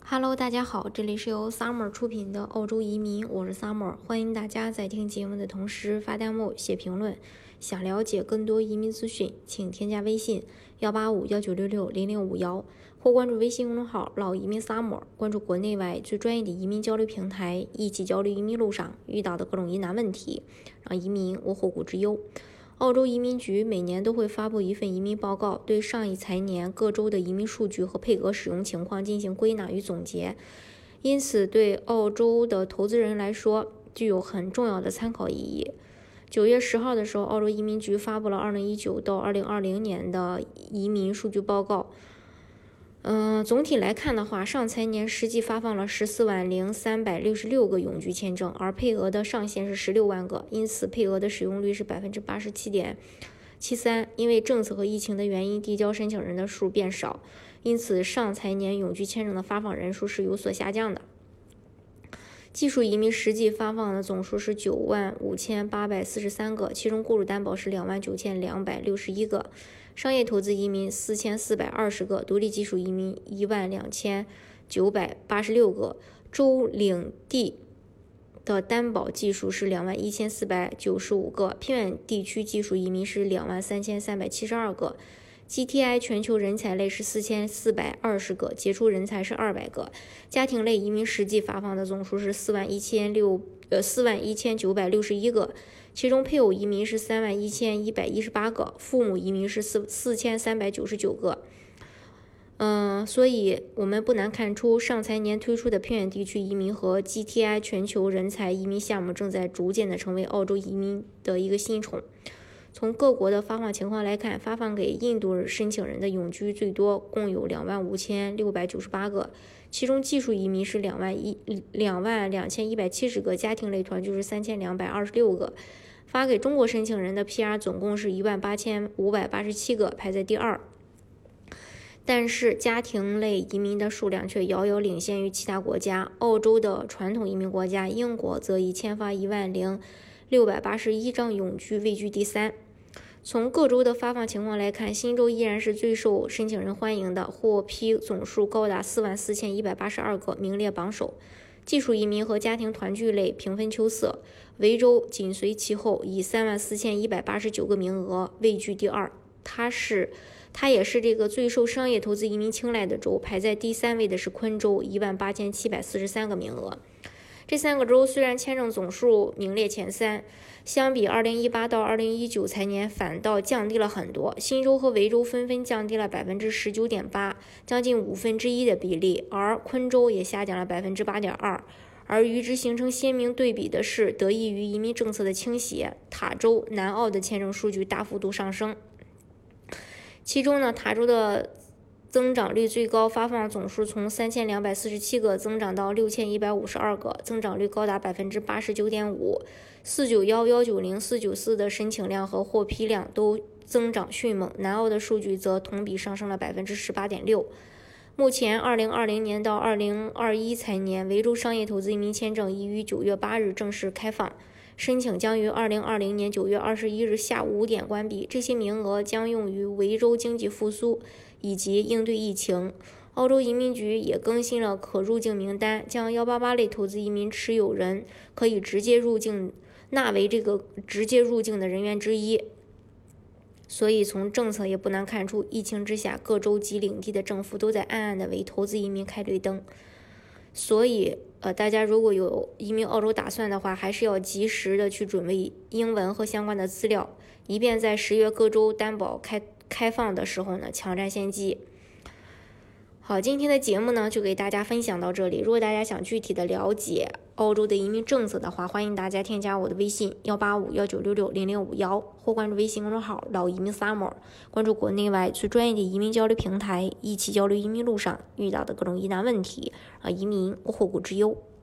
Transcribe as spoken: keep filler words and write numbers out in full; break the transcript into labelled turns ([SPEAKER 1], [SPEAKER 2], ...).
[SPEAKER 1] Hello，大家好，这里是由 Summer 出品的澳洲移民，我是 Summer， 欢迎大家在听节目的同时发弹幕、写评论。想了解更多移民资讯，请添加微信幺八五幺九六六零零五幺，或关注微信公众号老移民 Summer， 关注国内外最专业的移民交流平台，一起交流移民路上遇到的各种疑难问题，让移民无后顾之忧。澳洲移民局每年都会发布一份移民报告，对上一财年各州的移民数据和配额使用情况进行归纳与总结，因此对澳洲的投资人来说具有很重要的参考意义。九月十号的时候，澳洲移民局发布了二零一九到二零二零年的移民数据报告。嗯、呃，总体来看的话，上财年实际发放了十四万零三百六十六个永居签证，而配额的上限是十六万个，因此配额的使用率是百分之八十七点七三。因为政策和疫情的原因，递交申请人的数变少，因此上财年永居签证的发放人数是有所下降的。技术移民实际发放的总数是九万五千八百四十三个，其中雇主担保是两万九千两百六十一个，商业投资移民四千四百二十个，独立技术移民一万两千九百八十六个，州领地的担保技术是两万一千四百九十五个，偏远地区技术移民是两万三千三百七十二个。G T I 全球人才类是四千四百二十个，杰出人才是二百个。家庭类移民实际发放的总数是四万一千六呃四万一千九百六十一个，其中配偶移民是三万一千一百一十八个，父母移民是四四千三百九十九个。嗯、呃，所以我们不难看出，上财年推出的偏远地区移民和 G T I 全球人才移民项目正在逐渐的成为澳洲移民的一个新宠。从各国的发放情况来看，发放给印度申请人的永居最多，共有两万五千六百九十八个，其中技术移民是两万一两万两千一百七十个，家庭类团就是三千两百二十六个。发给中国申请人的 P R 总共是一万八千五百八十七个，排在第二。但是家庭类移民的数量却遥遥领先于其他国家，澳洲的传统移民国家英国则以签发一万零六百八十一张永居位居第三。从各州的发放情况来看，新州依然是最受申请人欢迎的，获批总数高达四万四千一百八十二个，名列榜首。技术移民和家庭团聚类平分秋色，维州紧随其后，以三万四千一百八十九个名额位居第二。它是它也是这个最受商业投资移民青睐的州，排在第三位的是昆州，一万八千七百四十三个名额。这三个州虽然签证总数名列前三，相比二零一八到二零一九财年反倒降低了很多。新州和维州纷纷降低了百分之十九点八，将近五分之一的比例，而昆州也下降了百分之八点二。而与之形成鲜明对比的是，得益于移民政策的倾斜，塔州、南澳的签证数据大幅度上升。其中呢，塔州的增长率最高，发放总数从三千两百四十七个增长到六千一百五十二个，增长率高达百分之八十九点五。四九幺、幺九零、四九四的申请量和获批量都增长迅猛，南澳的数据则同比上升了百分之十八点六。目前，二零二零年到二零二一财年，维州商业投资移民签证已于九月八日正式开放。申请将于二零二零年九月二十一日下午五点关闭，这些名额将用于维州经济复苏以及应对疫情。澳洲移民局也更新了可入境名单，将一八八类投资移民持有人可以直接入境纳为这个直接入境的人员之一。所以从政策也不难看出，疫情之下各州及领地的政府都在暗暗的为投资移民开绿灯。所以呃，大家如果有移民澳洲打算的话，还是要及时的去准备英文和相关的资料，以便在十月各州担保开开放的时候呢，抢占先机。好，今天的节目呢就给大家分享到这里。如果大家想具体的了解澳洲的移民政策的话，欢迎大家添加我的微信幺八五幺九六六零零五幺，或关注微信公众号老移民 Summer， 关注国内外最专业的移民交流平台，一起交流移民路上遇到的各种疑难问题，让移民无后顾之忧。